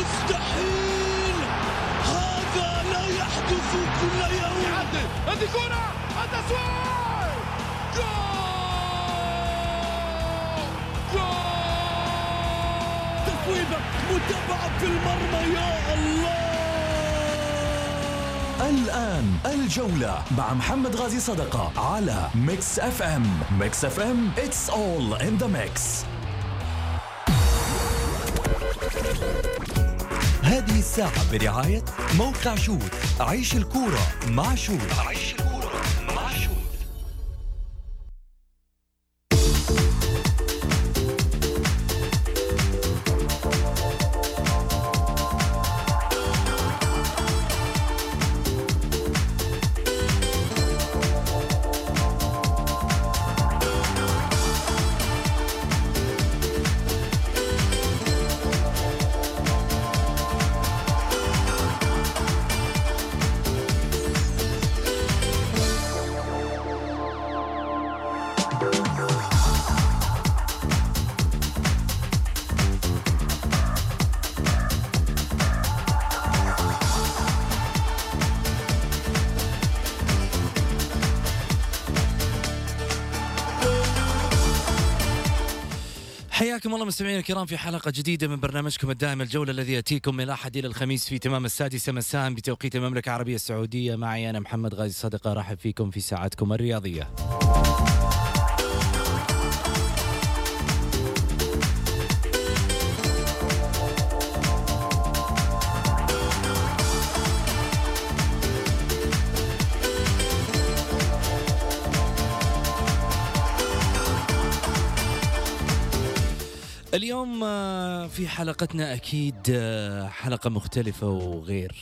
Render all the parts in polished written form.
مستحيل، هذا لا يحدث كل يوم. يعدل هذه كرة التسويق، جول جول، تصويبة متابعة في المرمى، يا الله. الآن الجولة مع محمد غازي صدقة على ميكس اف ام. ميكس اف ام it's all in the mix. هذه الساعة برعاية موقع شوت. عيش الكورة مع شوت. حياكم الله مستمعينا الكرام في حلقة جديدة من برنامجكم الدائم الجولة، الذي يأتيكم من الأحد إلى الخميس في تمام 6 مساء بتوقيت المملكة العربية السعودية. معي أنا محمد غازي صدقة، رحب فيكم في ساعتكم الرياضية. اليوم في حلقتنا أكيد حلقة مختلفة وغير.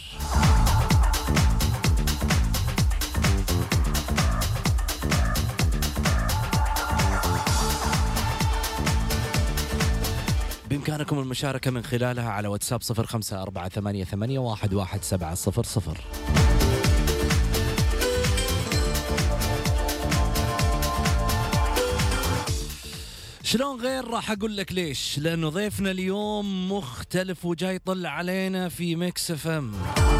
بإمكانكم المشاركة من خلالها على واتساب 0548811700. شلون غير؟ راح أقول لك ليش، لأنه ضيفنا اليوم مختلف وجاي يطلع علينا في ميكس اف ام.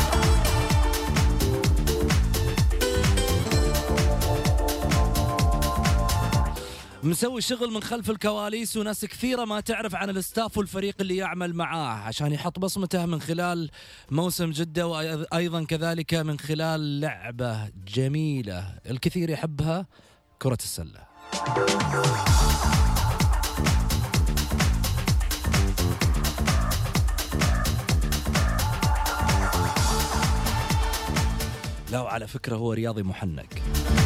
مسوي شغل من خلف الكواليس، وناس كثيرة ما تعرف عن الاستاف والفريق اللي يعمل معاه عشان يحط بصمته من خلال موسم جدة، وأيضا كذلك من خلال لعبة جميلة الكثير يحبها، كرة السلة. لا، وعلى فكرة هو رياضي محنك.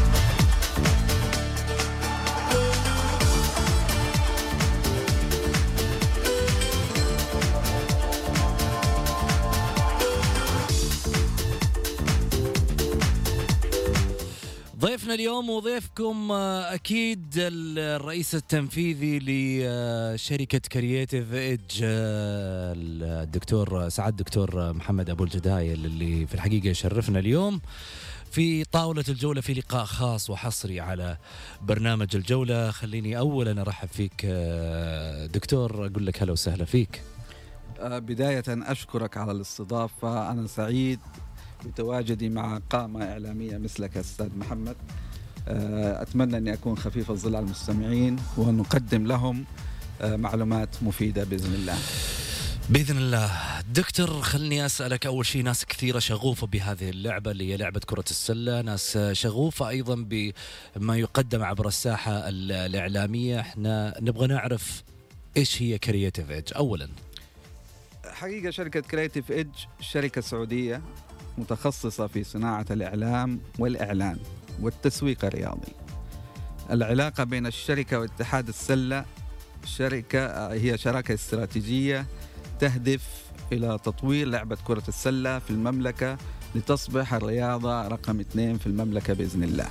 ضيفنا اليوم وضيفكم أكيد الرئيس التنفيذي لشركة كرياتيف إيدج، الدكتور سعد الدكتور محمد أبو الجدايل، اللي في الحقيقة يشرفنا اليوم في طاولة الجولة في لقاء خاص وحصري على برنامج الجولة. خليني أولا أرحب فيك دكتور، أقول لك هلا وسهلا فيك. بداية أشكرك على الاستضافة، أنا سعيد بتواجدي مع قامة إعلامية مثلك أستاذ محمد. أتمنى أن أكون خفيف الظل على المستمعين ونقدم لهم معلومات مفيدة بإذن الله. بإذن الله. دكتور، خلني أسألك أول شيء، ناس كثيرة شغوفة بهذه اللعبة اللي هي لعبة كرة السلة، ناس شغوفة أيضا بما يقدم عبر الساحة الإعلامية. احنا نبغى نعرف إيش هي كرياتيف إيدج أولا. حقيقة شركة كرياتيف إيدج شركة سعودية متخصصة في صناعة الإعلام والإعلان والتسويق الرياضي. العلاقة بين الشركة واتحاد السلة هي شراكة استراتيجية تهدف إلى تطوير لعبة كرة السلة في المملكة لتصبح الرياضة رقم 2 في المملكة بإذن الله.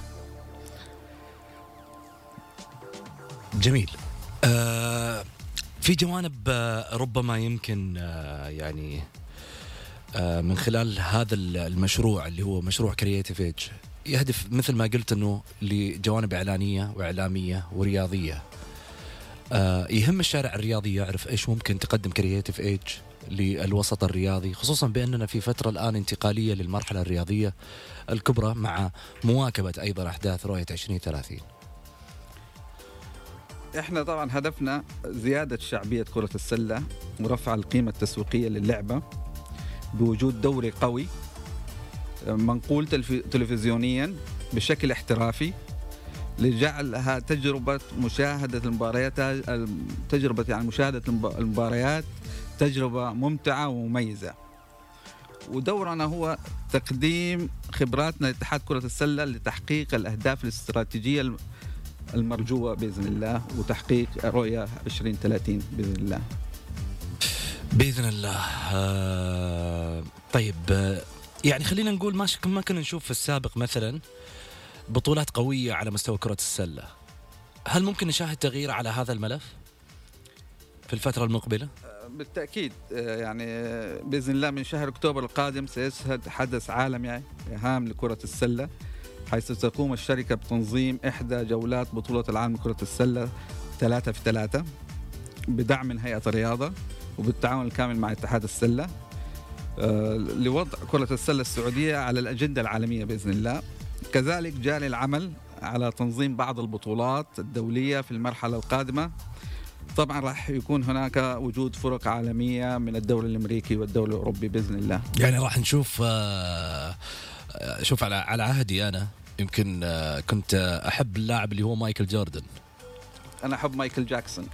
جميل. في جوانب ربما يمكن يعني من خلال هذا المشروع اللي هو مشروع كرياتيف إيدج يهدف مثل ما قلت أنه لجوانب إعلانية وإعلامية ورياضية. يهم الشارع الرياضي يعرف إيش ممكن تقدم كرياتيف إيج للوسط الرياضي، خصوصا بأننا في فترة الآن انتقالية للمرحلة الرياضية الكبرى مع مواكبة أيضا أحداث رؤية 2030. احنا طبعا هدفنا زيادة شعبية كرة السلة ورفع القيمة التسويقية للعبة بوجود دوري قوي منقول تلفزيونيا بشكل احترافي لجعلها تجربة مشاهدة المباريات، تجربة يعني مشاهدة المباريات تجربة ممتعة ومميزة. ودورنا هو تقديم خبراتنا لاتحاد كرة السلة لتحقيق الأهداف الاستراتيجية المرجوة بإذن الله وتحقيق رؤية 2030 بإذن الله. بإذن الله. طيب يعني خلينا نقول ما كنا نشوف في السابق مثلا بطولات قوية على مستوى كرة السلة، هل ممكن نشاهد تغيير على هذا الملف في الفترة المقبلة؟ بالتأكيد يعني بإذن الله من شهر أكتوبر القادم سيشهد حدث عالمي هام لكرة السلة، حيث تقوم الشركة بتنظيم إحدى جولات بطولة العالم لكرة السلة 3-في-3 بدعم من هيئة الرياضة وبالتعاون الكامل مع اتحاد السلة لوضع كرة السلة السعودية على الأجندة العالمية بإذن الله. كذلك جاري العمل على تنظيم بعض البطولات الدولية في المرحلة القادمة. طبعا راح يكون هناك وجود فرق عالمية من الدوري الأمريكي والدوري الأوروبي بإذن الله. يعني راح نشوف شوف على عهدي أنا يمكن كنت أحب اللاعب اللي هو مايكل جوردن. أنا أحب مايكل جاكسون.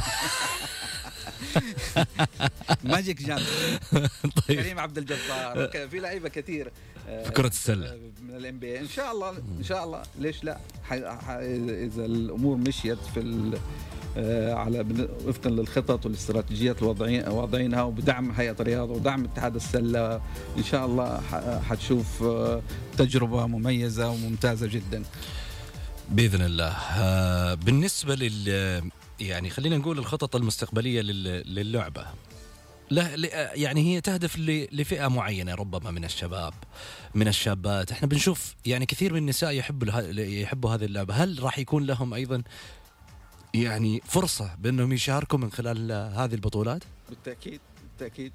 ماجيك جانسون. طيب. كريم عبد الجبار، في لعيبة كثير في كرة السلة من الNBA. إن شاء الله إن شاء الله ليش لا، إذا الأمور مشيت في على وفقا للخطط والاستراتيجيات وضعينها وبدعم هيئة الرياضة ودعم اتحاد السلة إن شاء الله حتشوف تجربة مميزة وممتازة جدا بإذن الله. بالنسبة يعني خلينا نقول الخطط المستقبلية للعبة، لا يعني هي تهدف لفئة معينة ربما من الشباب من الشابات. احنا بنشوف يعني كثير من النساء يحبوا هذه اللعبة، هل راح يكون لهم أيضا يعني فرصة بأنهم يشاركوا من خلال هذه البطولات؟ بالتأكيد بالتأكيد.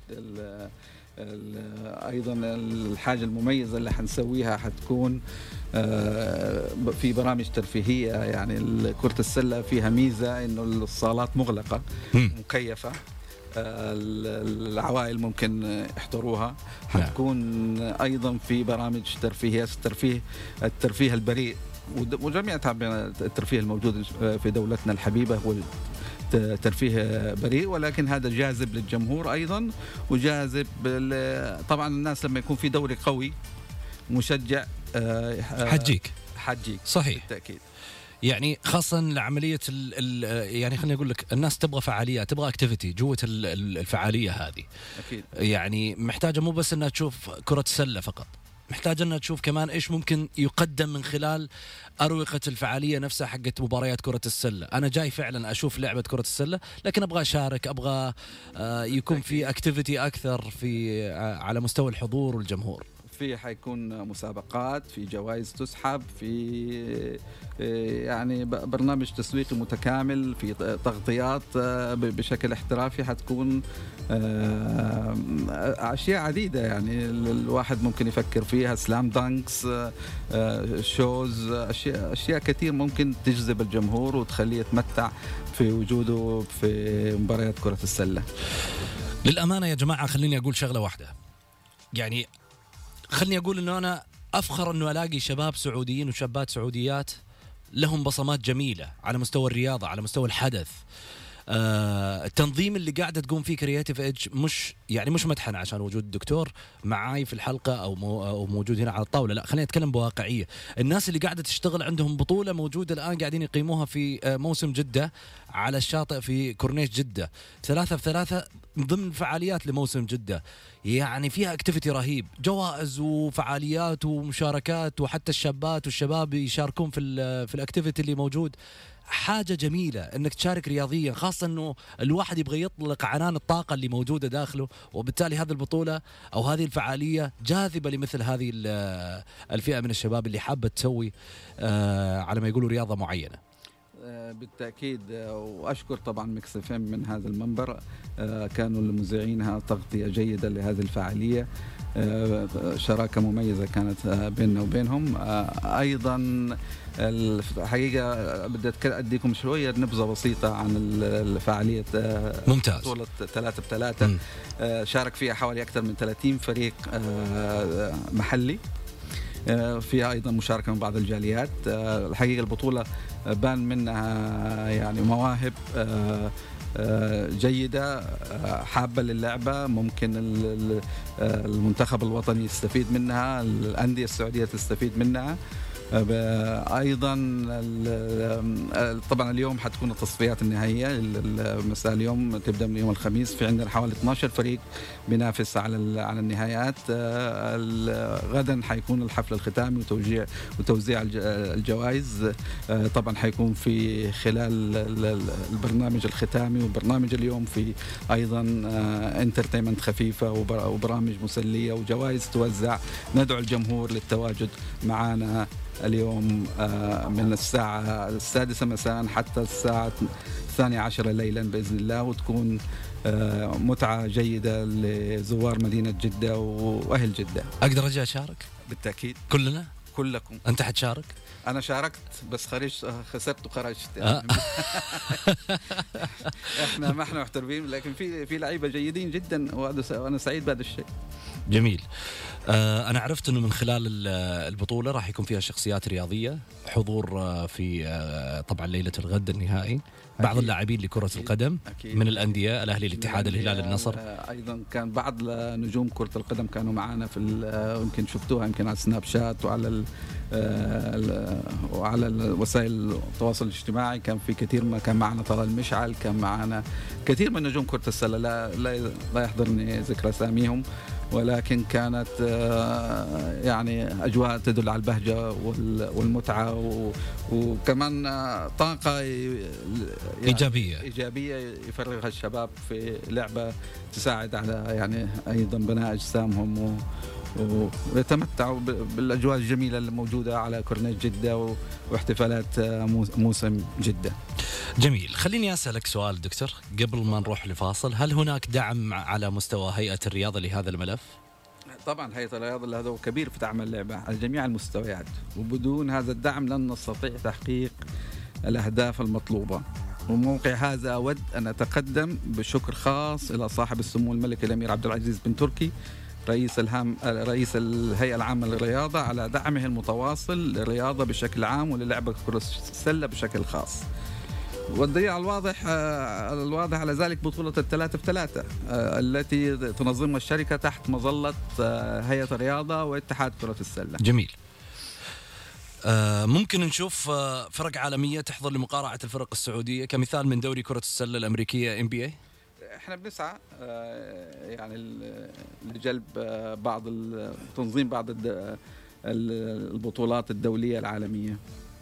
أيضا الحاجة المميزة اللي حنسويها حتكون في برامج ترفيهية. يعني كرة السلة فيها ميزة إنه الصالات مغلقة مكيفة، العوائل ممكن يحضروها. حتكون أيضا في برامج ترفيهية، الترفيه البريء وجميع الترفيه الموجود في دولتنا الحبيبة هو ترفيه بريء، ولكن هذا جاذب للجمهور أيضا وجاذب طبعا الناس لما يكون في دوري قوي مشجع حجيك صحيح بالتأكيد. يعني خاصة لعملية يعني خليني أقول لك الناس تبغى فعاليات، تبغى اكتيفيتي جوة الفعالية هذه. أكيد. يعني محتاجة مو بس أنها تشوف كرة السلة فقط، محتاجة أنها تشوف كمان إيش ممكن يقدم من خلال أروقة الفعالية نفسها حقت مباريات كرة السلة. أنا جاي فعلا أشوف لعبة كرة السلة، لكن أبغى أشارك، أبغى يكون في اكتيفيتي أكثر في على مستوى الحضور والجمهور. في حيكون مسابقات، في جوائز تسحب، في يعني برنامج تسويقي متكامل، في تغطيات بشكل احترافي، حتكون أشياء عديدة يعني الواحد ممكن يفكر فيها، سلام دانكس، شوز، أشياء كثير ممكن تجذب الجمهور وتخليه يتمتع في وجوده في مباريات كرة السلة. للأمانة يا جماعة خليني أقول شغلة واحدة، يعني خلني أقول أنه أنا أفخر أنه ألاقي شباب سعوديين وشابات سعوديات لهم بصمات جميلة على مستوى الرياضة، على مستوى الحدث. التنظيم اللي قاعدة تقوم فيه كرياتيف إيدج مش مدحن عشان وجود الدكتور معاي في الحلقة أو موجود هنا على الطاولة، لا خلينا نتكلم بواقعية. الناس اللي قاعدة تشتغل عندهم بطولة موجودة الآن قاعدين يقيموها في موسم جدة على الشاطئ في كورنيش جدة 3-في-3 ضمن فعاليات لموسم جدة، يعني فيها اكتيفيتي رهيب، جوائز وفعاليات ومشاركات، وحتى الشابات والشباب يشاركون في الاكتيفيتي اللي موجود. حاجة جميلة انك تشارك رياضيا، خاصة انه الواحد يبغى يطلق عنان الطاقة اللي موجودة داخله، وبالتالي هذه البطولة او هذه الفعالية جاذبة لمثل هذه الفئة من الشباب اللي حابة تسوي على ما يقولوا رياضة معينة. بالتأكيد، وأشكر طبعا ميكس اف ام من هذا المنبر، كانوا المذيعينها تغطية جيدة لهذه الفعالية، شراكة مميزة كانت بيننا وبينهم. أيضا الحقيقة بدي أديكم شوية نبذة بسيطة عن الفعالية. ممتاز. بطولة 3x3 شارك فيها حوالي أكثر من 30 فريق محلي، فيها أيضا مشاركة من بعض الجاليات. الحقيقة البطولة بان منها يعني مواهب جيدة حابة للعبة، ممكن المنتخب الوطني يستفيد منها، الأندية السعودية تستفيد منها أيضا. طبعا اليوم حتكون التصفيات النهائية مساء اليوم، تبدأ من يوم الخميس. في عندنا حوالي 12 فريق بينافس على النهايات. غدا حيكون الحفل الختامي وتوزيع الجوائز. طبعا حيكون في خلال البرنامج الختامي وبرنامج اليوم في أيضا انترتينمنت خفيفة وبرامج مسلية وجوائز توزع. ندعو الجمهور للتواجد معنا اليوم من الساعة 6 مساء حتى الساعة 12 ليلا بإذن الله، وتكون متعة جيدة لزوار مدينة جدة وأهل جدة. أقدر أجي أشارك؟ بالتأكيد. كلنا؟ كلكم. أنت حتشارك؟ أنا شاركت بس خسرت وخرجت. إحنا ما إحنا محترفين، لكن في لعيبة جيدين جدا وأنا سعيد بهذا الشيء. جميل. أنا عرفت أنه من خلال البطولة راح يكون فيها شخصيات رياضية، حضور في طبعا ليلة الغد النهائي، بعض اللاعبين لكرة القدم من الأندية، الأهلي، الاتحاد، الهلال، النصر. أيضا كان بعض نجوم كرة القدم كانوا معنا في يمكن شفتوها يمكن على سناب شات وعلى وسائل التواصل الاجتماعي. كان في كثير ما كان معنا طلال المشعل، كان معنا كثير من نجوم كرة السلة لا يحضرني ذكر أساميهم، ولكن كانت يعني أجواء تدل على البهجة والمتعة وكمان طاقة إيجابية يفرغها الشباب في لعبة تساعد على يعني أيضا بناء أجسامهم ويتمتعوا بالأجواء الجميلة اللي موجودة على كورنيش جدة واحتفالات موسم جدة. جميل. خليني أسألك سؤال دكتور قبل ما نروح لفاصل، هل هناك دعم على مستوى هيئة الرياضة لهذا الملف؟ طبعا هيئة الرياضة هذا كبير في دعم اللعبة على جميع المستويات، وبدون هذا الدعم لن نستطيع تحقيق الأهداف المطلوبة. وموقع هذا أود أن أتقدم بشكر خاص إلى صاحب السمو الملك الأمير عبد العزيز بن تركي رئيس الهيئة العامة للرياضة على دعمه المتواصل للرياضة بشكل عام وللعبة كرة السلة بشكل خاص. والدليل الواضح على ذلك بطولة 3x3 التي تنظمها الشركة تحت مظلة هيئة الرياضة واتحاد كرة السلة. جميل. ممكن نشوف فرق عالمية تحضر لمقارعة الفرق السعودية كمثال من دوري كرة السلة الأمريكية NBA؟ احنا بنسعى يعني لجلب تنظيم بعض البطولات الدولية العالمية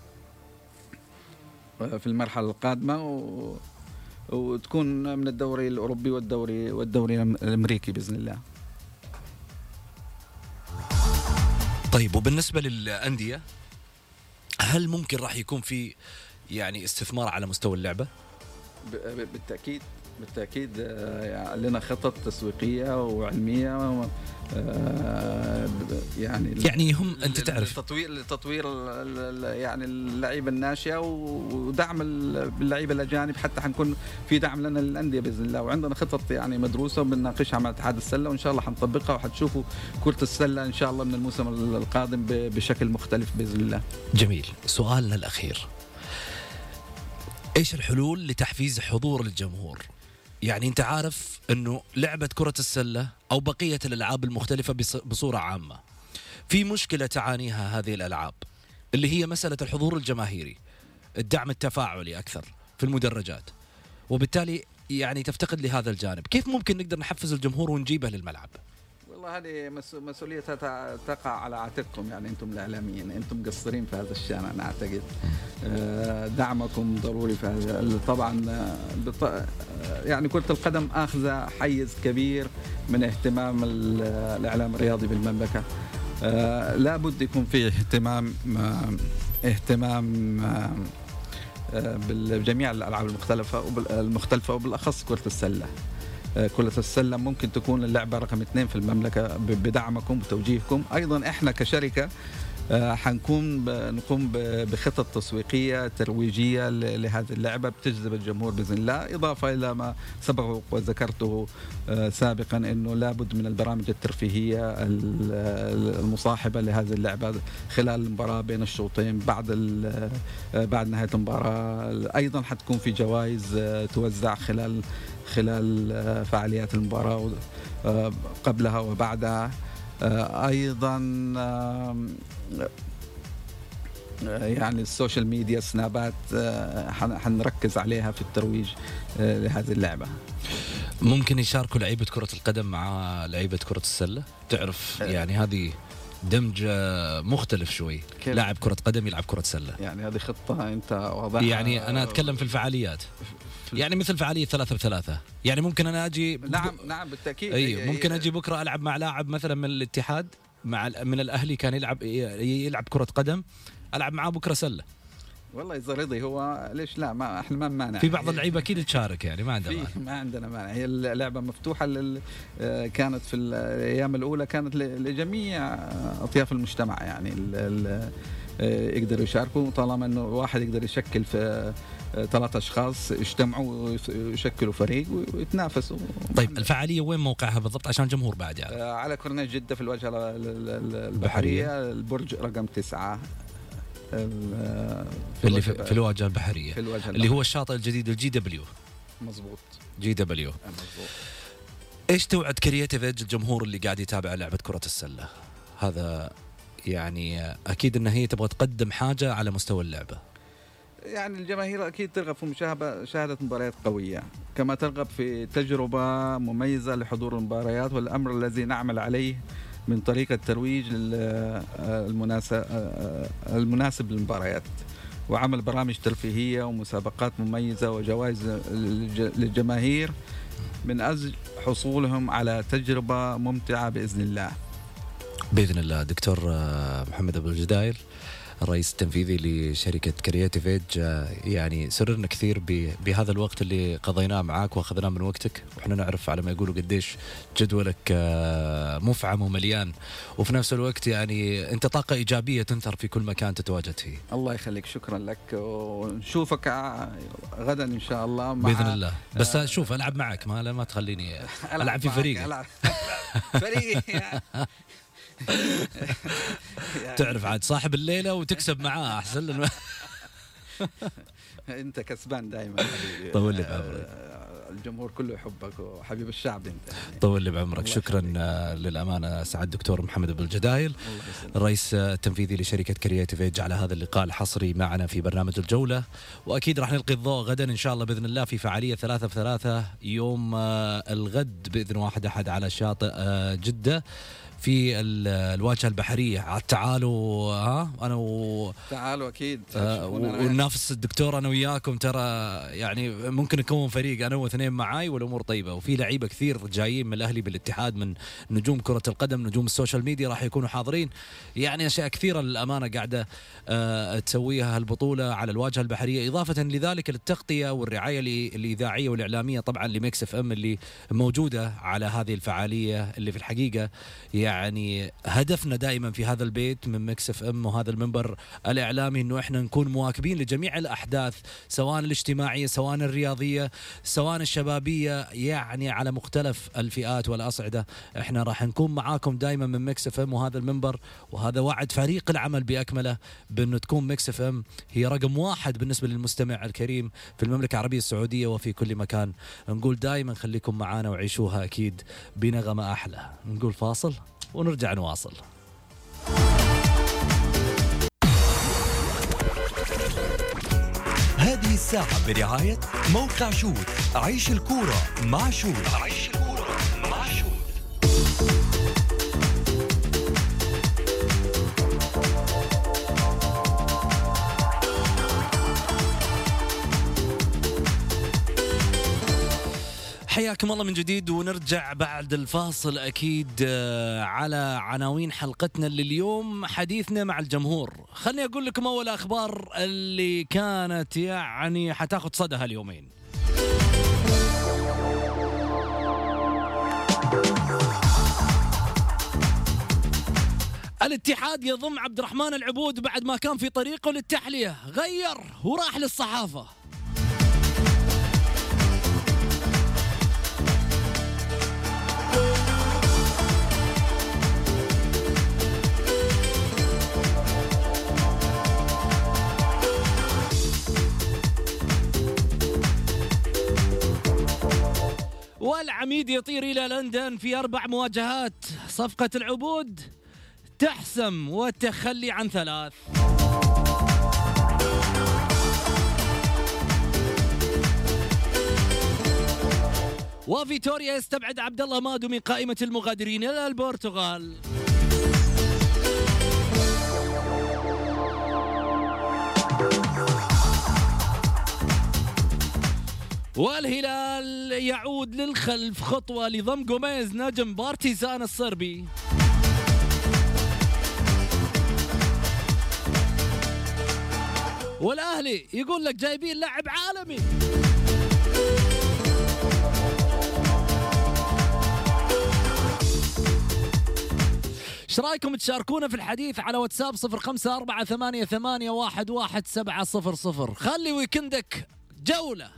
في المرحلة القادمة وتكون من الدوري الأوروبي والدوري الأمريكي بإذن الله. طيب، وبالنسبة للأندية هل ممكن راح يكون في يعني استثمار على مستوى اللعبة؟ بالتأكيد لنا خطط تسويقية وعلمية يعني هم أنت تعرف لتطوير يعني اللعيبة الناشئة ودعم اللعيبة الأجانب، حتى حنكون في دعم لنا للأندية بإذن الله، وعندنا خطط يعني مدروسة وبنناقشها مع اتحاد السلة وإن شاء الله حنطبقها وحتشوفوا كرة السلة إن شاء الله من الموسم القادم بشكل مختلف بإذن الله. جميل. سؤالنا الأخير، إيش الحلول لتحفيز حضور الجمهور؟ يعني أنت عارف أنه لعبة كرة السلة أو بقية الألعاب المختلفة بصورة عامة في مشكلة تعانيها هذه الألعاب اللي هي مسألة الحضور الجماهيري، الدعم التفاعلي أكثر في المدرجات، وبالتالي يعني تفتقد لهذا الجانب. كيف ممكن نقدر نحفز الجمهور ونجيبه للملعب؟ والله هذه مسؤوليتها تقع على عاتقكم، يعني أنتم الإعلاميين، أنتم مقصرين في هذا الشأن. أنا أعتقد دعمكم ضروري في هذا. طبعا يعني كرة القدم أخذ حيز كبير من اهتمام الإعلام الرياضي بالمملكة. لا بد يكون فيه اهتمام بجميع الألعاب المختلفة وبالأخص كرة السلة. كرة السلة ممكن تكون اللعبة رقم 2 في المملكة بدعمكم وتوجيهكم. أيضا إحنا كشركة نقوم بخطط تسويقية ترويجية لهذه اللعبة بتجذب الجمهور بإذن الله، إضافة إلى ما سبق وذكرته سابقا أنه لابد من البرامج الترفيهية المصاحبة لهذه اللعبة خلال المباراة بين الشوطين. بعد نهاية المباراة أيضا حتكون في جوائز توزع خلال فعاليات المباراة قبلها وبعدها. أيضا يعني السوشيال ميديا سنابات حنركز عليها في الترويج لهذه اللعبة. ممكن يشاركوا لعيبة كرة القدم مع لعيبة كرة السلة، تعرف يعني هذه دمج مختلف شوي، لاعب كرة قدم يلعب كرة سلة. يعني هذه خطة أنت واضحة. يعني أنا أتكلم في الفعاليات، يعني مثل فعالية 3-3، يعني ممكن أنا أجي نعم بالتأكيد. أي ممكن أجي بكرة ألعب مع لاعب مثلا من الاتحاد من الأهلي كان يلعب كرة قدم، ألعب معاه بكرة سلة. والله إذا رضي هو ليش لا، ما إحنا ما مانع. في بعض اللعيبة أكيد تشارك، يعني ما عندنا مانع. هي اللعبة مفتوحة كانت في الأيام الأولى كانت لجميع أطياف المجتمع، يعني يقدروا يشاركوا طالما إنه واحد يقدر يشكل في 3 أشخاص يجتمعوا ويشكلوا فريق ويتنافسوا. طيب الفعالية وين موقعها بالضبط عشان الجمهور بعد يعني؟ على كورنيش جدة في الواجهة البحرية، البرج رقم 9 في الواجهة البحرية، اللي هو الشاطئ الجديد الجي دبليو. مزبوط، جي دبليو. مزبوط. ايش توعد كرياتيف ايدج الجمهور اللي قاعد يتابع لعبة كرة السلة؟ هذا يعني اكيد ان هي تبغى تقدم حاجة على مستوى اللعبة. يعني الجماهير اكيد ترغب في مشاهدة مباريات قوية، كما ترغب في تجربة مميزة لحضور المباريات، والامر الذي نعمل عليه من طريقة ترويج المناسب للمباريات، وعمل برامج ترفيهية ومسابقات مميزة وجوائز للجماهير من أجل حصولهم على تجربة ممتعة بإذن الله. بإذن الله. دكتور محمد أبو الجدايل، الرئيس التنفيذي لشركة كرياتيف ايدج، يعني سررنا كثير بهذا الوقت اللي قضيناه معاك واخذناه من وقتك، وإحنا نعرف على ما يقولوا قديش جدولك مفعم ومليان، وفي نفس الوقت يعني أنت طاقة إيجابية تنثر في كل مكان تتواجد فيه. الله يخليك، شكرا لك، ونشوفك غدا إن شاء الله بإذن الله. بس شوف ألعب معك، ما تخليني ألعب في فريقي. فريقي تعرف عاد صاحب الليلة وتكسب معاه أحسن. أنت كسبان دائما حبيبي. طول لي بعمرك. الجمهور كله يحبك وحبيب الشعب أنت. طول لي بعمرك. شكرا للأمانة سعد دكتور محمد أبو الجدايل، الرئيس التنفيذي لشركة كرياتيف ايدج، على هذا اللقاء الحصري معنا في برنامج الجولة. وأكيد راح نلقي الضوء غدا إن شاء الله بإذن الله في فعالية 3-3 يوم الغد بإذن 1 على شاطئ جدة في الواجهة البحرية. تعالوا تعالوا أكيد وننافس الدكتور أنا وياكم، ترى يعني ممكن نكون فريق أنا واثنين معاي والأمور طيبة، وفي لعيبة كثير جايين من الأهلي بالاتحاد، من نجوم كرة القدم، نجوم السوشيال ميديا راح يكونوا حاضرين. يعني أشياء كثيرة للأمانة قاعدة تسويها هالبطولة على الواجهة البحرية، إضافة لذلك للتغطية والرعاية الإذاعية والإعلامية طبعا لميكس اف ام اللي موجودة على هذه الفعالية، اللي في الحقيقة يعني هدفنا دائما في هذا البيت من ميكس اف ام وهذا المنبر الإعلامي انه احنا نكون مواكبين لجميع الأحداث، سواء الاجتماعية سواء الرياضية سواء الشبابية، يعني على مختلف الفئات والأصعدة. احنا راح نكون معاكم دائما من ميكس اف ام وهذا المنبر، وهذا وعد فريق العمل بأكمله بأنه تكون ميكس اف ام هي رقم 1 بالنسبة للمستمع الكريم في المملكة العربية السعودية وفي كل مكان. نقول دائما خليكم معانا وعيشوها أكيد بنغمة أحلى. نقول فاصل ونرجع نواصل. هذه الساعة برعاية موقع شوت. عيش الكورة مع شوت. حياكم الله من جديد، ونرجع بعد الفاصل أكيد على عناوين حلقتنا لليوم. حديثنا مع الجمهور. خلني أقول لكم أول أخبار اللي كانت يعني حتاخد صدى هاليومين. الاتحاد يضم عبد الرحمن العبود بعد ما كان في طريقه للتحلية، غير وراح للصحافة. والعميد يطير إلى لندن في 4 مواجهات. صفقة العبود تحسم والتخلي عن 3. وفيتوريا يستبعد عبد الله مادو من قائمة المغادرين إلى البرتغال. والهلال يعود للخلف خطوة لضم غوميز نجم بارتيزان الصربي. والأهلي يقول لك جايبين لاعب عالمي. ايش رايكم تشاركونا في الحديث على واتساب 0548811700. خلي ويكندك جولة.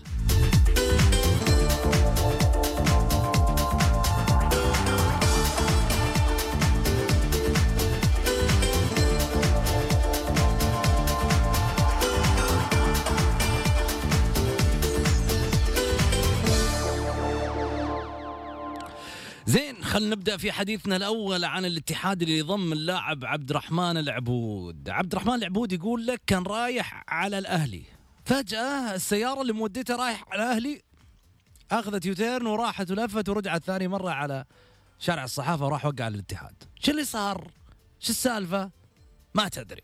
زين، خلينا نبدأ في حديثنا الأول عن الاتحاد اللي يضم اللاعب عبد الرحمن العبود. عبد الرحمن العبود يقول لك كان رايح على الأهلي، فجأة السيارة اللي مودتها رايح على الأهلي أخذت يوتيرن وراحت ولفت ورجعت ثاني مرة على شارع الصحافة وراح وقع على الاتحاد. شو اللي صار؟ شو السالفة؟ ما تدري.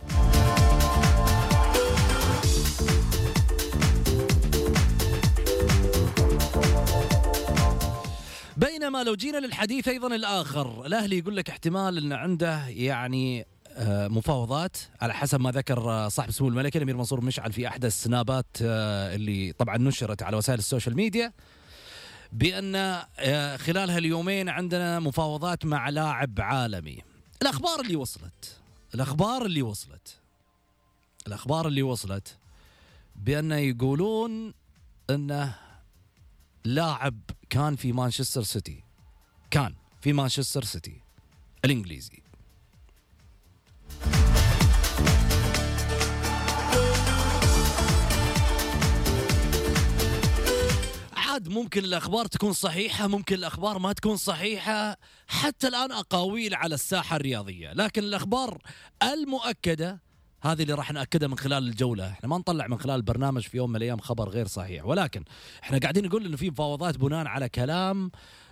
بينما لو جينا للحديث أيضا الآخر، الأهلي يقول لك احتمال أن عنده يعني مفاوضات على حسب ما ذكر صاحب السمو الملكي الأمير منصور مشعل في أحدى السنابات اللي طبعا نشرت على وسائل السوشيال ميديا، بأن خلال هاليومين عندنا مفاوضات مع لاعب عالمي. الأخبار اللي وصلت بأن يقولون أنه لاعب كان في مانشستر سيتي الإنجليزي. عاد ممكن الأخبار تكون صحيحة، ممكن الأخبار ما تكون صحيحة، حتى الآن أقاويل على الساحة الرياضية، لكن الأخبار المؤكدة هذه اللي راح نأكدها من خلال الجولة. احنا ما نطلع من خلال البرنامج في يوم من الأيام خبر غير صحيح، ولكن احنا قاعدين نقول إنه في مفاوضات بناء على كلام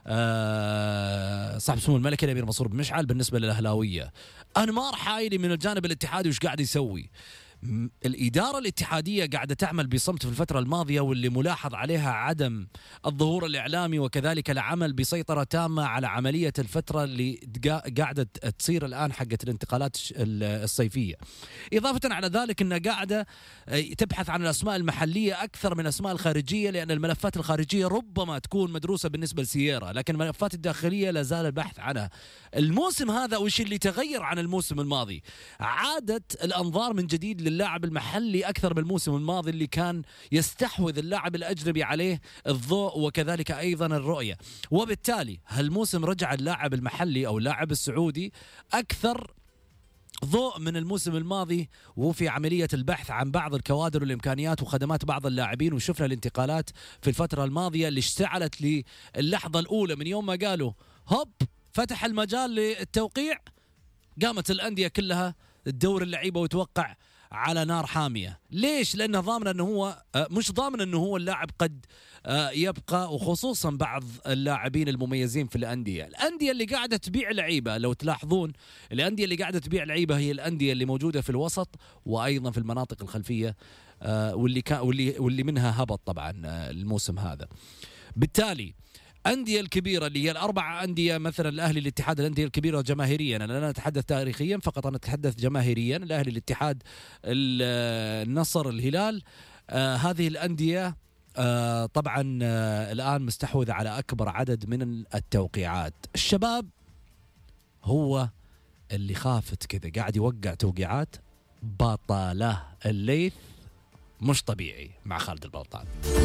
صاحب السمو الملكي الأمير منصور بن مشعل بالنسبة للأهلاوية. أنا ما راح عايلي من الجانب الاتحادي وش قاعد يسوي. الإدارة الاتحادية قاعدة تعمل بصمت في الفترة الماضية، واللي ملاحظ عليها عدم الظهور الإعلامي، وكذلك العمل بسيطرة تامة على عملية الفترة اللي قاعدة تصير الآن حقت الانتقالات الصيفية. إضافة على ذلك أنها قاعدة تبحث عن الأسماء المحلية أكثر من الأسماء الخارجية، لأن الملفات الخارجية ربما تكون مدروسة بالنسبة لسييرا، لكن الملفات الداخلية لا زال البحث عنها. الموسم هذا وش اللي تغير عن الموسم الماضي؟ عادت الأنظار من جديد للاعب المحلي أكثر من الموسم الماضي اللي كان يستحوذ اللاعب الأجنبي عليه الضوء وكذلك أيضا الرؤية، وبالتالي هالموسم رجع اللاعب المحلي أو اللاعب السعودي أكثر ضوء من الموسم الماضي، وفي عملية البحث عن بعض الكوادر والإمكانيات وخدمات بعض اللاعبين. وشفنا الانتقالات في الفترة الماضية اللي اشتعلت للحظة الأولى من يوم ما قالوا هوب فتح المجال للتوقيع، قامت الأندية كلها تدور اللعيبة وتوقع على نار حامية. ليش؟ لأنه ضامن أنه هو مش ضامن أنه هو اللاعب قد يبقى، وخصوصا بعض اللاعبين المميزين في الأندية اللي قاعدة تبيع لعيبة. لو تلاحظون الأندية اللي قاعدة تبيع لعيبة هي الأندية اللي موجودة في الوسط وأيضا في المناطق الخلفية، واللي منها هبط طبعا الموسم هذا. بالتالي أندية الكبيرة اللي هي الأربع أندية مثلا الأهلي الاتحاد الأندية الكبيرة جماهيريا، أنا لا أتحدث تاريخيا فقط، أنا أتحدث جماهيريا، الأهلي الاتحاد النصر الهلال، هذه الأندية طبعا الآن مستحوذة على أكبر عدد من التوقيعات. الشباب هو اللي خافت كذا قاعد يوقع توقيعات بطالة، الليث مش طبيعي مع خالد البلطان.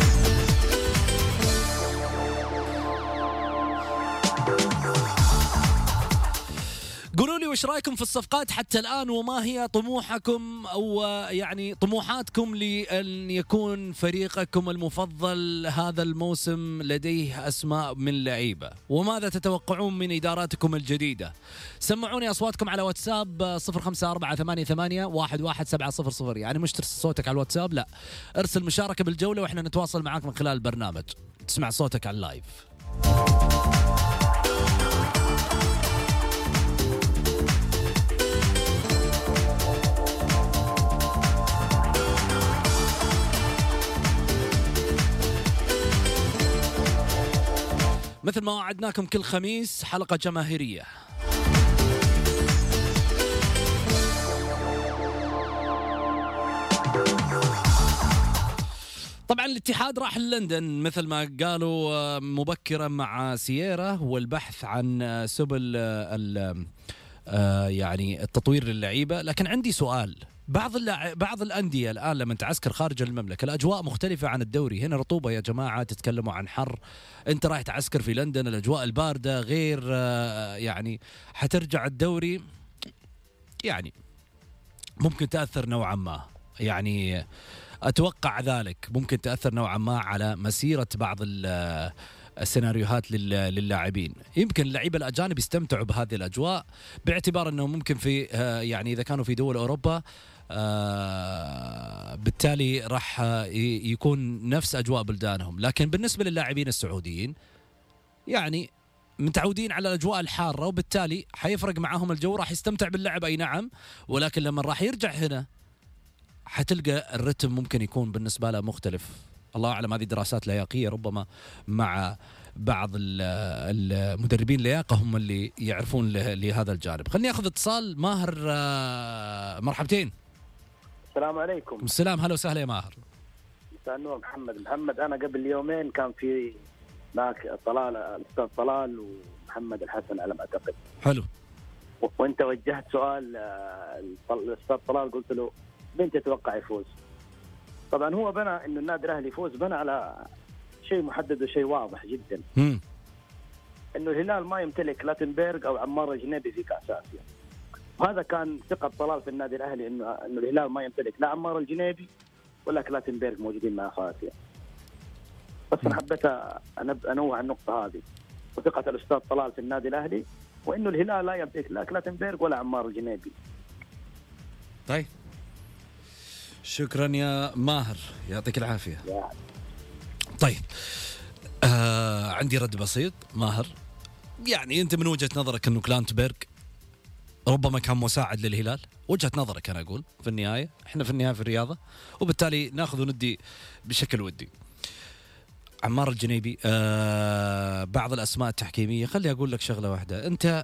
قولوا لي وش رايكم في الصفقات حتى الآن، وما هي طموحكم أو يعني طموحاتكم لأن يكون فريقكم المفضل هذا الموسم لديه أسماء من لعيبة، وماذا تتوقعون من إداراتكم الجديدة؟ سمعوني أصواتكم على واتساب 0548811700. يعني مش ترسل صوتك على الواتساب، لا ارسل مشاركة بالجولة وإحنا نتواصل معاك من خلال البرنامج، تسمع صوتك على اللايف. مثل ما وعدناكم كل خميس حلقة جماهيرية. طبعا الاتحاد راح لندن مثل ما قالوا مبكرا مع سييرا، والبحث عن سبل يعني التطوير للعيبة. لكن عندي سؤال، بعض الأندية الآن لما تعسكر خارج المملكة الأجواء مختلفة عن الدوري. هنا رطوبة يا جماعة، تتكلموا عن حر، أنت رايح تعسكر في لندن الأجواء الباردة غير، يعني حترجع الدوري يعني ممكن تأثر نوعا ما، يعني أتوقع ذلك ممكن تأثر نوعا ما على مسيرة بعض السيناريوهات للاعبين. يمكن اللعيبة الأجانب يستمتعوا بهذه الأجواء باعتبار أنه ممكن في يعني إذا كانوا في دول أوروبا بالتالي راح يكون نفس أجواء بلدانهم. لكن بالنسبة للاعبين السعوديين يعني متعودين على الأجواء الحارة، وبالتالي حيفرق معهم الجو، راح يستمتع باللعب أي نعم، ولكن لما راح يرجع هنا حتلقى الرتم ممكن يكون بالنسبة له مختلف. الله أعلم، هذه دراسات لياقية ربما مع بعض المدربين لياقة هم اللي يعرفون لهذا الجانب. خلني أخذ اتصال. ماهر، مرحبتين. السلام عليكم. السلام، هلا وسهلا يا ماهر. مساء النور. محمد أنا قبل يومين كان في معك الأستاذ طلال ومحمد الحسن على ما أعتقد. حلو. وأنت وجهت سؤال الأستاذ طلال، قلت له مين تتوقع يفوز؟ طبعا هو بنى إنه النادي الأهلي يفوز بنى على شيء محدد وشيء واضح جدا، إنه الهلال ما يمتلك لاتنبرغ أو عمار الجنيبي في كأس آسيا. وهذا كان ثقة طلال في النادي الأهلي، إنه الهلال ما يمتلك لا عمار الجنيبي ولا كلاتنبرغ موجودين معه في آسيا. بس أنا حبيت أنوه النقطة هذه، وثقة الأستاذ طلال في النادي الأهلي، وإنه الهلال لا يمتلك لا كلاتنبرغ ولا عمار الجنيبي. طيب شكرا يا ماهر، يعطيك العافية. طيب عندي رد بسيط ماهر، يعني أنت من وجهة نظرك أنه كلاتنبرغ ربما كان مساعد للهلال، وجهة نظرك أنا أقول في النهاية إحنا في النهاية في الرياضة، وبالتالي ناخذ وندي بشكل ودي. عمار الجنيبي بعض الأسماء التحكيمية، خلي أقول لك شغلة واحدة، أنت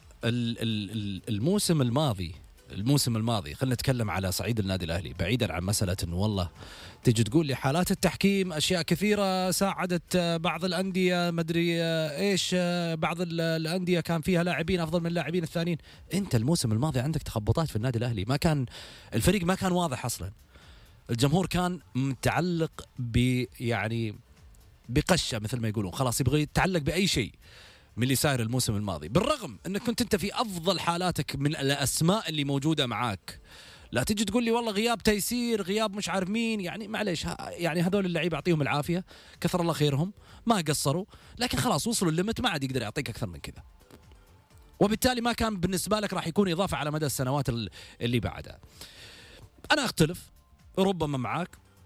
الموسم الماضي خلينا نتكلم على صعيد النادي الأهلي، بعيدا عن مسألة إنه والله تيجي تقول لي حالات التحكيم أشياء كثيرة ساعدت بعض الأندية مدري إيش، بعض الأندية كان فيها لاعبين أفضل من اللاعبين الثانيين. أنت الموسم الماضي عندك تخبطات في النادي الأهلي، ما كان الفريق ما كان واضح أصلا، الجمهور كان متعلق يعني بقشة مثل ما يقولون، خلاص يبغى يتعلق بأي شيء من اللي صاير الموسم الماضي، بالرغم انك كنت انت في افضل حالاتك من الاسماء اللي موجوده معاك. لا تجي تقول لي والله غياب تيسير، غياب مش عارف مين، يعني معليش، يعني هذول اللعيبه اعطيهم العافيه، كثر الله خيرهم، ما قصروا، لكن خلاص وصلوا الليمت، ما عاد يقدر يعطيك اكثر من كذا، وبالتالي ما كان بالنسبه لك راح يكون اضافه على مدى السنوات اللي بعدها. انا اختلف ربما معاك،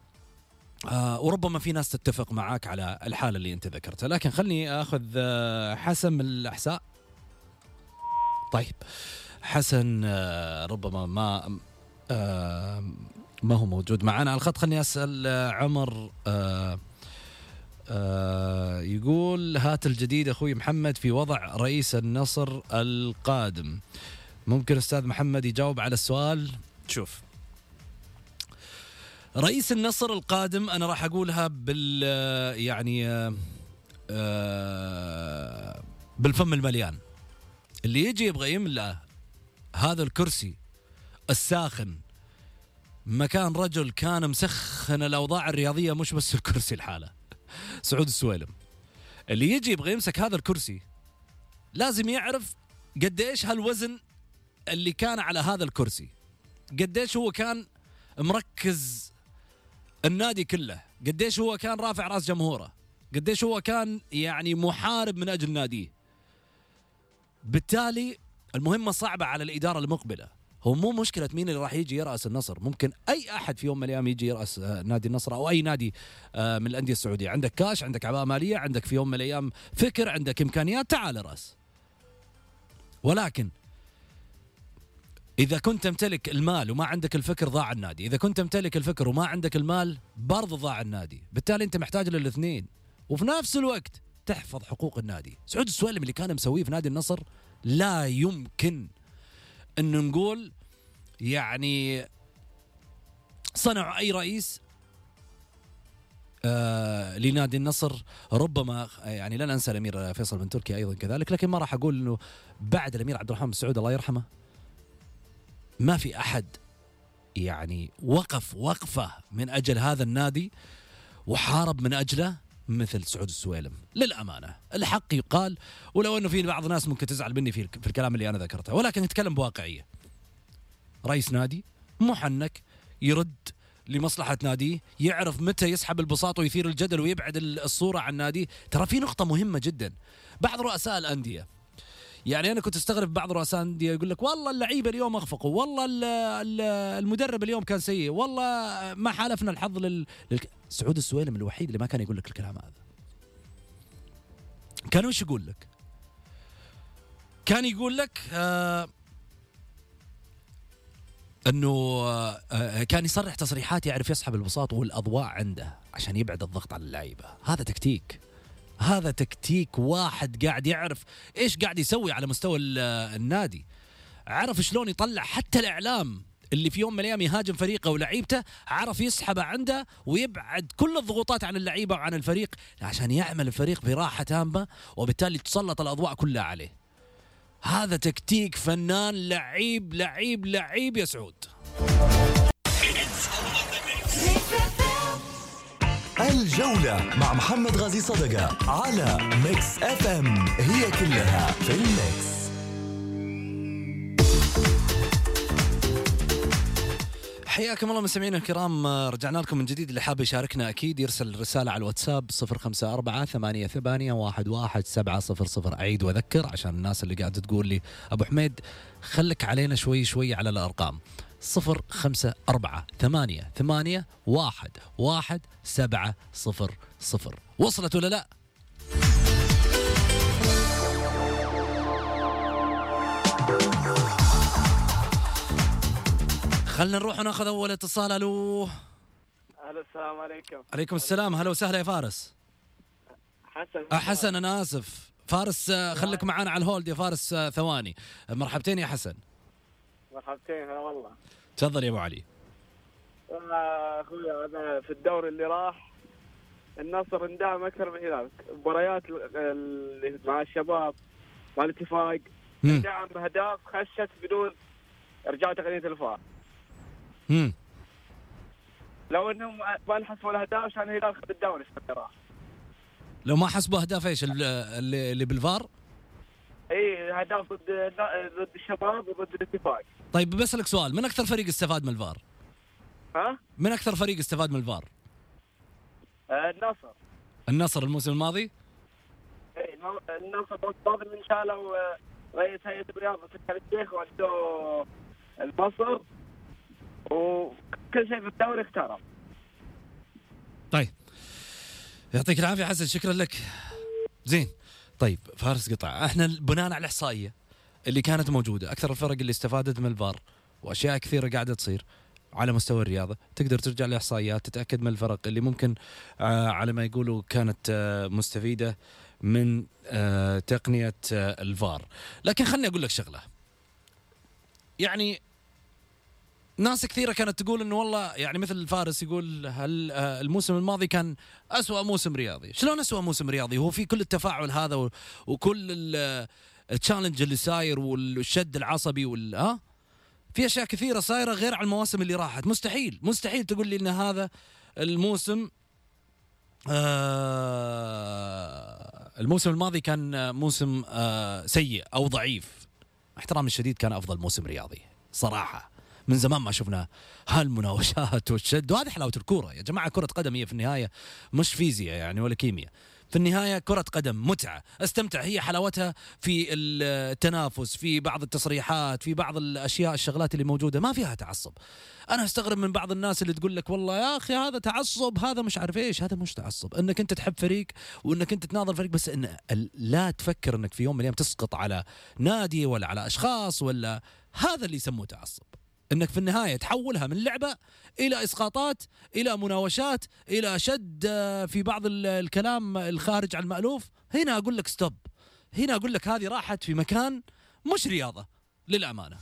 وربما في ناس تتفق معاك على الحالة اللي انت ذكرتها، لكن خلني اخذ حسن من الأحساء. طيب حسن ربما ما هو موجود معنا على الخط، خلني اسأل عمر يقول هات الجديد أخوي محمد في وضع رئيس النصر القادم. ممكن أستاذ محمد يجاوب على السؤال؟ شوف، رئيس النصر القادم أنا راح أقولها بالفم المليان. اللي يجي يبغى يملأ هذا الكرسي الساخن مكان رجل كان مسخن الأوضاع الرياضية، مش بس الكرسي الحالة، سعود السويلم. اللي يجي يبغى يمسك هذا الكرسي لازم يعرف قد إيش هالوزن اللي كان على هذا الكرسي، قد إيش هو كان مركز النادي كله، قد إيش هو كان رافع راس جمهوره، قد إيش هو كان يعني محارب من أجل ناديه. بالتالي المهمة صعبة على الإدارة المقبلة. هو مو مشكلة مين اللي راح يجي يرأس النصر، ممكن أي أحد في يوم من الأيام يجي يرأس نادي النصر أو أي نادي من الأندية السعودية. عندك كاش، عندك عباءة مالية، عندك في يوم من الأيام فكر، عندك إمكانيات، تعال رأس. ولكن إذا كنت تمتلك المال وما عندك الفكر ضاع النادي، إذا كنت تمتلك الفكر وما عندك المال برضو ضاع النادي. بالتالي أنت محتاج للاثنين وفي نفس الوقت تحفظ حقوق النادي. سعود السويلم اللي كان مسويه في نادي النصر لا يمكن أنه نقول يعني صنع أي رئيس لنادي النصر. ربما يعني لن أنسى الأمير فيصل بن تركي أيضا كذلك، لكن ما راح أقول أنه بعد الأمير عبد الرحمن بن سعود الله يرحمه ما في أحد يعني وقفة من أجل هذا النادي وحارب من أجله مثل سعود السويلم. للأمانة الحق يقال، ولو أنه في بعض الناس ممكن تزعل مني في الكلام اللي أنا ذكرته، ولكن نتكلم بواقعية. رئيس نادي محنك يرد لمصلحة ناديه، يعرف متى يسحب البساط ويثير الجدل ويبعد الصورة عن ناديه. ترى في نقطة مهمة جدا، بعض رؤساء الأندية يعني أنا كنت استغرب بعض رؤساء الأندية يقول لك والله اللعيبة اليوم أخفقوا، والله المدرب اليوم كان سيء، والله ما حالفنا الحظ سعود السويلم الوحيد اللي ما كان يقول لك الكلام هذا. كان وش يقول لك؟ كان يقول لك أنه كان يصرح تصريحات يعرف يسحب البساط والأضواء عنده عشان يبعد الضغط على اللعيبة. هذا تكتيك، هذا تكتيك واحد قاعد يعرف إيش قاعد يسوي على مستوى النادي. عرف شلون يطلع حتى الإعلام اللي في يوم من الأيام يهاجم فريقه ولعيبته، عرف يسحبه عنده ويبعد كل الضغوطات عن اللعيبة وعن الفريق عشان يعمل الفريق براحة تامة، وبالتالي تسلط الأضواء كلها عليه. هذا تكتيك فنان، لعيب لعيب لعيب يا سعود. الجولة مع محمد غازي صدقة على ميكس اف ام، هي كلها في الميكس. حياكم الله مستمعينا الكرام، رجعنا لكم من جديد. اللي حاب يشاركنا أكيد يرسل رسالة على الواتساب 0548811700. أعيد وأذكر عشان الناس اللي قاعدة تقول لي أبو حميد خلك علينا شوي على الأرقام. 0548811700. وصلت ولا لا؟ خلنا نروح وناخذ أول اتصال. ألو. أهلا، السلام عليكم. عليكم السلام، هلا وسهلا يا فارس. حسن أنا آسف فارس، خليك معانا على الهولد يا فارس ثواني. مرحبتين يا حسن. مرحبتين، هلا والله. تفضل يا أبو علي. أخوي أنا في الدوري اللي راح النصر اندعم أكثر من هناك، مباريات اللي مع الشباب مع الاتفاق اندعم بأهداف خشت بدون رجعوا تقنية الفار. لو انهم ما نحسبوا الاهداف عشان الهلال خد الدوري السنه. لو ما حسبوا اهداف ايش اللي بالفار؟ اي اهداف ضد الشباب وضد الاتفاق. طيب بسألك سؤال، من اكثر فريق استفاد من الفار؟ ها؟ من اكثر فريق استفاد من الفار؟ النصر الموسم الماضي؟ اي النصر الماضي من شالوا رئيس هيئة الرياضة في الشيخ وعنده البصر وكل شيء في الدوري اختاره. طيب يعطيك العافية حسن، شكرا لك. زين طيب فارس قطع، احنا بناء على الإحصائية اللي كانت موجودة أكثر الفرق اللي استفادت من الفار وأشياء كثيرة قاعدة تصير، على مستوى الرياضة، تقدر ترجع لإحصائيات تتأكد من الفرق اللي ممكن على ما يقولوا كانت مستفيدة من تقنية الفار. لكن خلني أقول لك شغلة، يعني ناس كثيرة كانت تقول إنه والله يعني مثل الفارس يقول هل الموسم الماضي كان أسوأ موسم رياضي. شلون أسوأ موسم رياضي؟ هو في كل التفاعل هذا وكل التشالنج اللي صاير والشد العصبي في أشياء كثيرة صايرة غير على المواسم اللي راحت. مستحيل تقول لي إن هذا الموسم الموسم الماضي كان موسم سيء أو ضعيف. احترام الشديد كان أفضل موسم رياضي صراحة. من زمان ما شفنا هالمناوشات والشد، وهذه حلاوة الكورة يا جماعة. كرة قدم هي في النهاية مش فيزياء يعني ولا كيمياء، في النهاية كرة قدم متعة، استمتع. هي حلاوتها في التنافس، في بعض التصريحات، في بعض الأشياء الشغلات اللي موجودة ما فيها تعصب. أنا أستغرب من بعض الناس اللي تقول لك والله يا أخي هذا تعصب، هذا مش عارف إيش. هذا مش تعصب، إنك أنت تحب فريق وإنك أنت تناظر فريق، بس إن لا تفكر إنك في يوم من الأيام تسقط على نادي ولا على أشخاص، ولا هذا اللي يسموه تعصب. انك في النهايه تحولها من لعبه الى اسقاطات، الى مناوشات، الى شد في بعض الكلام الخارج عن المألوف. هنا اقول لك ستوب، هنا اقول لك هذه راحت في مكان مش رياضه للامانه.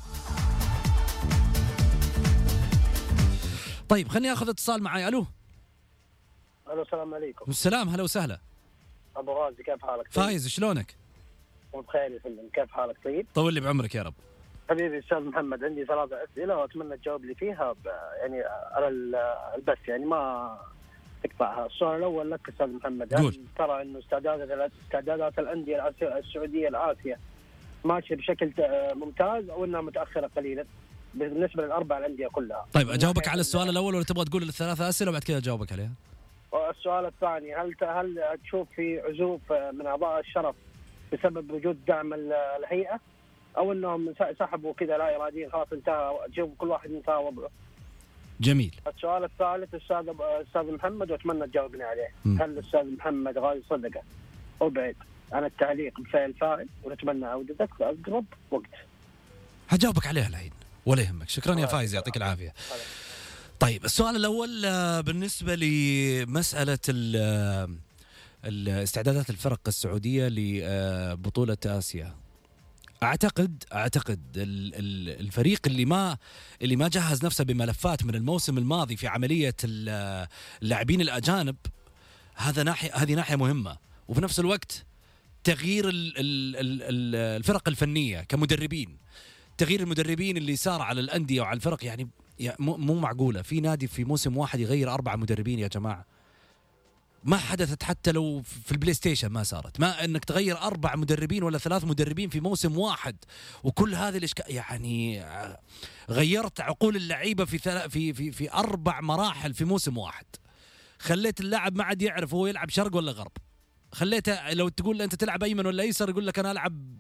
طيب خليني اخذ اتصال معي. الو السلام عليكم. السلام، هلا وسهلا. ابو غازي كيف حالك؟ فايز شلونك؟ بخير يا فندم، كيف حالك؟ طيب طول لي بعمرك يا رب. حبيبي استاذ محمد، عندي 3 اسئله واتمنى تجاوب لي فيها يعني على البث، يعني ما تقطعها. السؤال الاول لك استاذ محمد، هل ترى انه استعدادات الانديه السعوديه الآسية ماشيه بشكل ممتاز او انها متاخره قليلا بالنسبه للاربع الانديه كلها؟ طيب اجاوبك على السؤال الاول ولا تبغى تقول ال3 اسئله وبعد كذا اجاوبك عليها؟ والسؤال الثاني، هل تشوف في عزوف من اعضاء الشرف بسبب وجود دعم الهيئه، او انهم سحبوا كذا لا اراديا خلاص انتهى كل واحد انتهى وضعه؟ جميل. السؤال الثالث استاذ محمد واتمنى تجاوبني عليه. هل الاستاذ محمد غازي صدقه ابعد عن التعليق بفعل فاعل ونتمنى عودتك في اقرب وقت؟ هجاوبك عليها الحين ولا يهمك. شكرا يا فايز، يعطيك العافيه. طيب السؤال الاول بالنسبه لمساله الاستعدادات الفرق السعوديه لبطوله اسيا، اعتقد الفريق اللي ما جهز نفسه بملفات من الموسم الماضي في عمليه اللاعبين الاجانب، هذه ناحيه مهمه. وفي نفس الوقت تغيير الفرق الفنيه كمدربين، تغيير المدربين اللي صار على الانديه وعلى الفرق، يعني مو معقوله في نادي في موسم واحد يغير 4 مدربين يا جماعه. ما حدثت حتى لو في البلاي ستيشن، ما صارت. ما انك تغير 4 مدربين ولا 3 مدربين في موسم واحد، وكل هذه يعني غيرت عقول اللعيبه في 4 مراحل في موسم واحد. خليت اللاعب ما عاد يعرف هو يلعب شرق ولا غرب. خليته لو تقول انت تلعب ايمن ولا ايسر يقول لك انا العب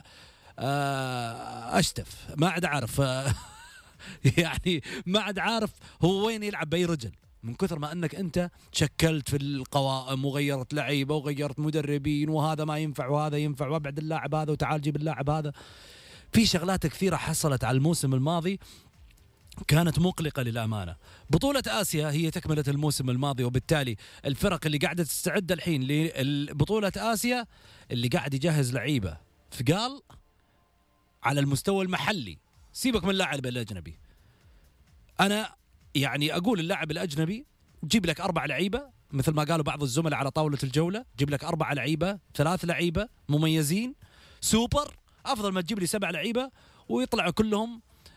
اشتف، ما عاد عارف يعني ما عاد عارف هو وين يلعب باي رجل، من كثر ما انك انت شكلت في القوائم وغيرت لعيبه وغيرت مدربين، وهذا ما ينفع وهذا ينفع، وابعد اللاعب هذا وتعال جيب اللاعب هذا. في شغلات كثيره حصلت على الموسم الماضي كانت مقلقه للامانه. بطوله اسيا هي تكمله الموسم الماضي، وبالتالي الفرق اللي قاعده تستعد الحين لبطوله اسيا اللي قاعد يجهز لعيبه ثقال على المستوى المحلي، سيبك من اللاعب الاجنبي. انا يعني اقول اللاعب الاجنبي جيب لك 4 لعيبه مثل ما قالوا بعض الزملاء على طاوله الجوله، جيب لك 4 لعيبه 3 لعيبه مميزين سوبر، افضل ما تجيب لي 7 لعيبه ويطلعوا كلهم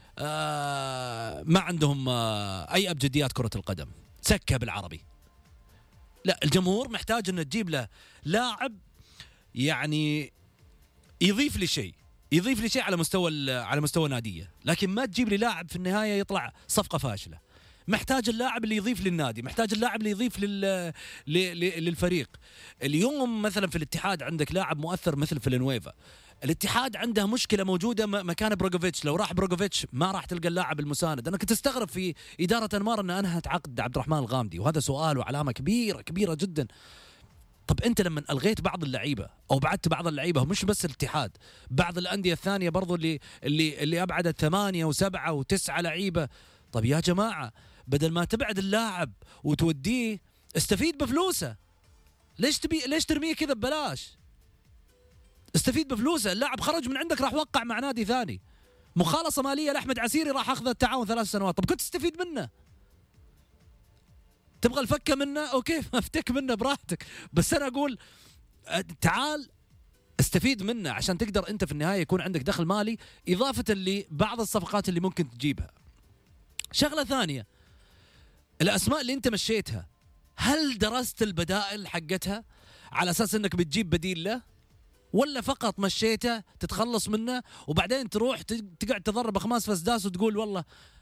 ما عندهم اي ابجديات كره القدم، سكه بالعربي. لا، الجمهور محتاج ان تجيب له لاعب يعني يضيف لي شيء على مستوى ناديه، لكن ما تجيب لي لاعب في النهايه يطلع صفقه فاشله. محتاج اللاعب اللي يضيف للنادي، محتاج اللاعب اللي يضيف للفريق. اليوم مثلا في الاتحاد عندك لاعب مؤثر مثل فيلانويفا، الاتحاد عنده مشكله موجوده مكان بروغوفيتش، لو راح بروغوفيتش ما راح تلقى اللاعب المساند. انا كنت استغرب في اداره انمار ان انهت عقد عبد الرحمن الغامدي، وهذا سؤال وعلامه كبيره جدا. طب انت لما الغيت بعض اللعيبه او بعدت بعض اللعيبه، مش بس الاتحاد، بعض الانديه الثانيه برضو اللي ابعدت 8 و7 و9 لعيبه، طب يا جماعة بدل ما تبعد اللاعب وتوديه استفيد بفلوسه. ليش ترميه كذا ببلاش؟ استفيد بفلوسه. اللاعب خرج من عندك راح وقع مع نادي ثاني، مخالصة مالية لأحمد عسيري راح أخذ التعاون 3 سنوات. طب كنت تستفيد منه. تبغى الفكة منه أوكي افتك منه براحتك، بس أنا أقول تعال استفيد منه عشان تقدر أنت في النهاية يكون عندك دخل مالي إضافة لبعض الصفقات اللي ممكن تجيبها. شغلة ثانية، الأسماء اللي أنت مشيتها هل درست البدائل حقتها على أساس أنك بتجيب بديل له، ولا فقط مشيته تتخلص منه وبعدين تروح تقعد تضرب خماس فسداس وتقول والله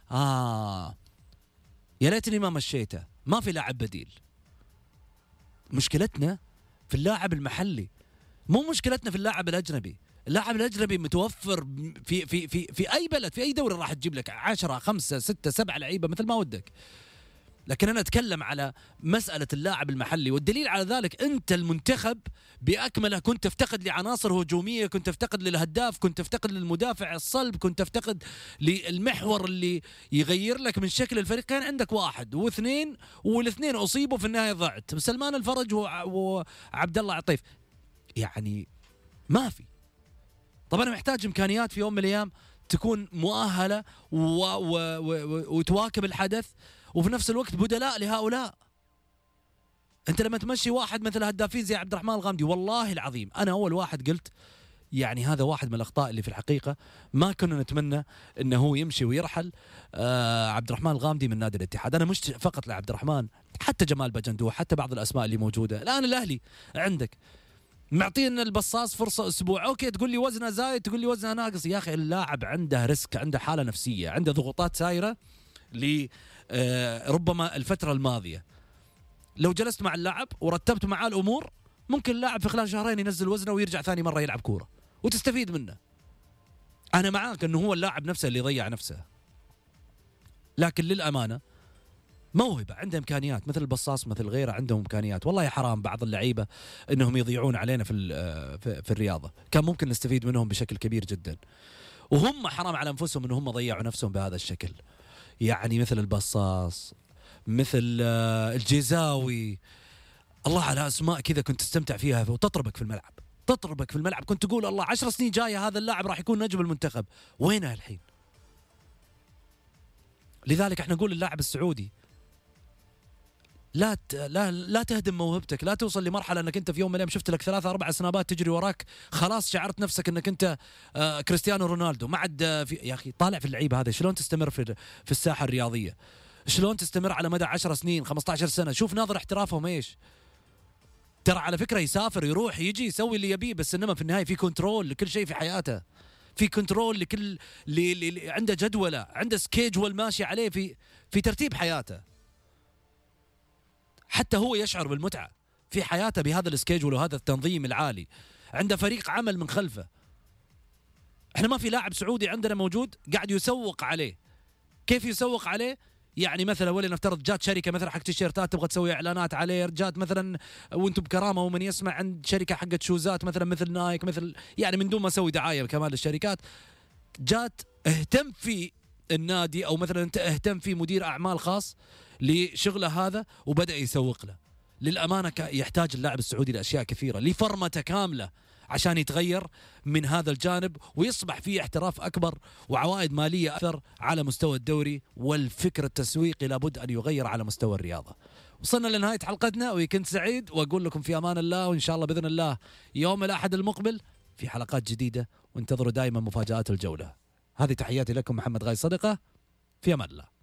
يا ليتني ما مشيته، ما في لاعب بديل. مشكلتنا في اللاعب المحلي، مو مشكلتنا في اللاعب الأجنبي. اللاعب الأجنبي متوفر في أي بلد، في أي دوري راح تجيب لك 10 5 6 7 لعيبة مثل ما ودك. لكن أنا أتكلم على مسألة اللاعب المحلي، والدليل على ذلك أنت المنتخب بأكمله كنت تفتقد لعناصر هجومية، كنت تفتقد للهداف، كنت تفتقد للمدافع الصلب، كنت تفتقد للمحور اللي يغير لك من شكل الفريق. كان عندك 1 و2 والاثنين أصيبوا في النهاية ضعت، سلمان الفرج وعبد الله عطيف. يعني ما في. طبعا أنا محتاج إمكانيات في يوم من الأيام تكون مؤهلة وتواكب الحدث، وفي نفس الوقت بدلاء لهؤلاء. انت لما تمشي واحد مثل هدافين زي عبد الرحمن الغامدي، والله العظيم انا اول واحد قلت يعني هذا واحد من الاخطاء اللي في الحقيقه ما كنا نتمنى انه هو يمشي ويرحل. عبد الرحمن الغامدي من نادي الاتحاد. انا مش فقط لعبد الرحمن، حتى جمال بجندوح، حتى بعض الاسماء اللي موجوده الان. الاهلي عندك معطينا البصاص فرصه اسبوع، اوكي تقول لي وزنه زايد، تقول لي وزنه ناقص. يا اخي اللاعب عنده ريسك، عنده حاله نفسيه، عنده ضغوطات سايره ربما الفترة الماضية. لو جلست مع اللاعب ورتبت معاه الأمور ممكن اللاعب في خلال شهرين ينزل وزنه ويرجع ثاني مرة يلعب كورة وتستفيد منه. أنا معاك أنه هو اللاعب نفسه اللي يضيع نفسه، لكن للأمانة موهبة، عنده إمكانيات مثل البصاص مثل غيره، عندهم إمكانيات. والله يا حرام بعض اللعيبة أنهم يضيعون علينا في الرياضة، كان ممكن نستفيد منهم بشكل كبير جدا، وهم حرام على أنفسهم أنهم ضيعوا نفسهم بهذا الشكل. يعني مثل البصاص، مثل الجيزاوي، الله على أسماء كذا كنت تستمتع فيها وتطربك في الملعب، كنت تقول الله 10 سنين جاية هذا اللاعب راح يكون نجم المنتخب. وينه الحين؟ لذلك احنا نقول اللاعب السعودي لا تهدم موهبتك، لا توصل لمرحلة انك انت في يوم من الايام شفت لك 3 4 سنابات تجري وراك خلاص شعرت نفسك انك انت كريستيانو رونالدو. ما عاد يا اخي طالع في اللعيبة هذا شلون تستمر في الساحة الرياضية، شلون تستمر على مدى 10 سنين 15 سنة. شوف ناظر احترافهم ايش، ترى على فكرة يسافر يروح يجي يسوي اللي يبيه، بس انما في النهاية في كنترول لكل شيء في حياته، في كنترول لكل اللي عنده جدولة، عنده سكيجول ماشي عليه في ترتيب حياته. حتى هو يشعر بالمتعة في حياته بهذا السكيجول وهذا التنظيم العالي، عنده فريق عمل من خلفه. احنا ما في لاعب سعودي عندنا موجود قاعد يسوق عليه. كيف يسوق عليه؟ يعني مثلا ولنفترض جات شركة مثلا حق تيشيرتات تبغى تسوي اعلانات عليه، جات مثلا وانتم بكرامة ومن يسمع عند شركة حقت شوزات مثلا مثل نايك، مثل يعني من دون ما اسوي دعاية كمان للشركات، جات اهتم في النادي او مثلا انت اهتم في مدير اعمال خاص لشغله هذا وبدأ يسوق له. للأمانة يحتاج اللاعب السعودي لأشياء كثيرة، لفرمته كاملة عشان يتغير من هذا الجانب ويصبح فيه احتراف أكبر وعوائد مالية أكثر على مستوى الدوري، والفكر التسويقي لابد أن يغير على مستوى الرياضة. وصلنا لنهاية حلقتنا وكنت سعيد وأقول لكم في أمان الله، وإن شاء الله بإذن الله يوم الأحد المقبل في حلقات جديدة، وانتظروا دائما مفاجآت الجولة. هذه تحياتي لكم، محمد غازي صدقة، في أمان الله.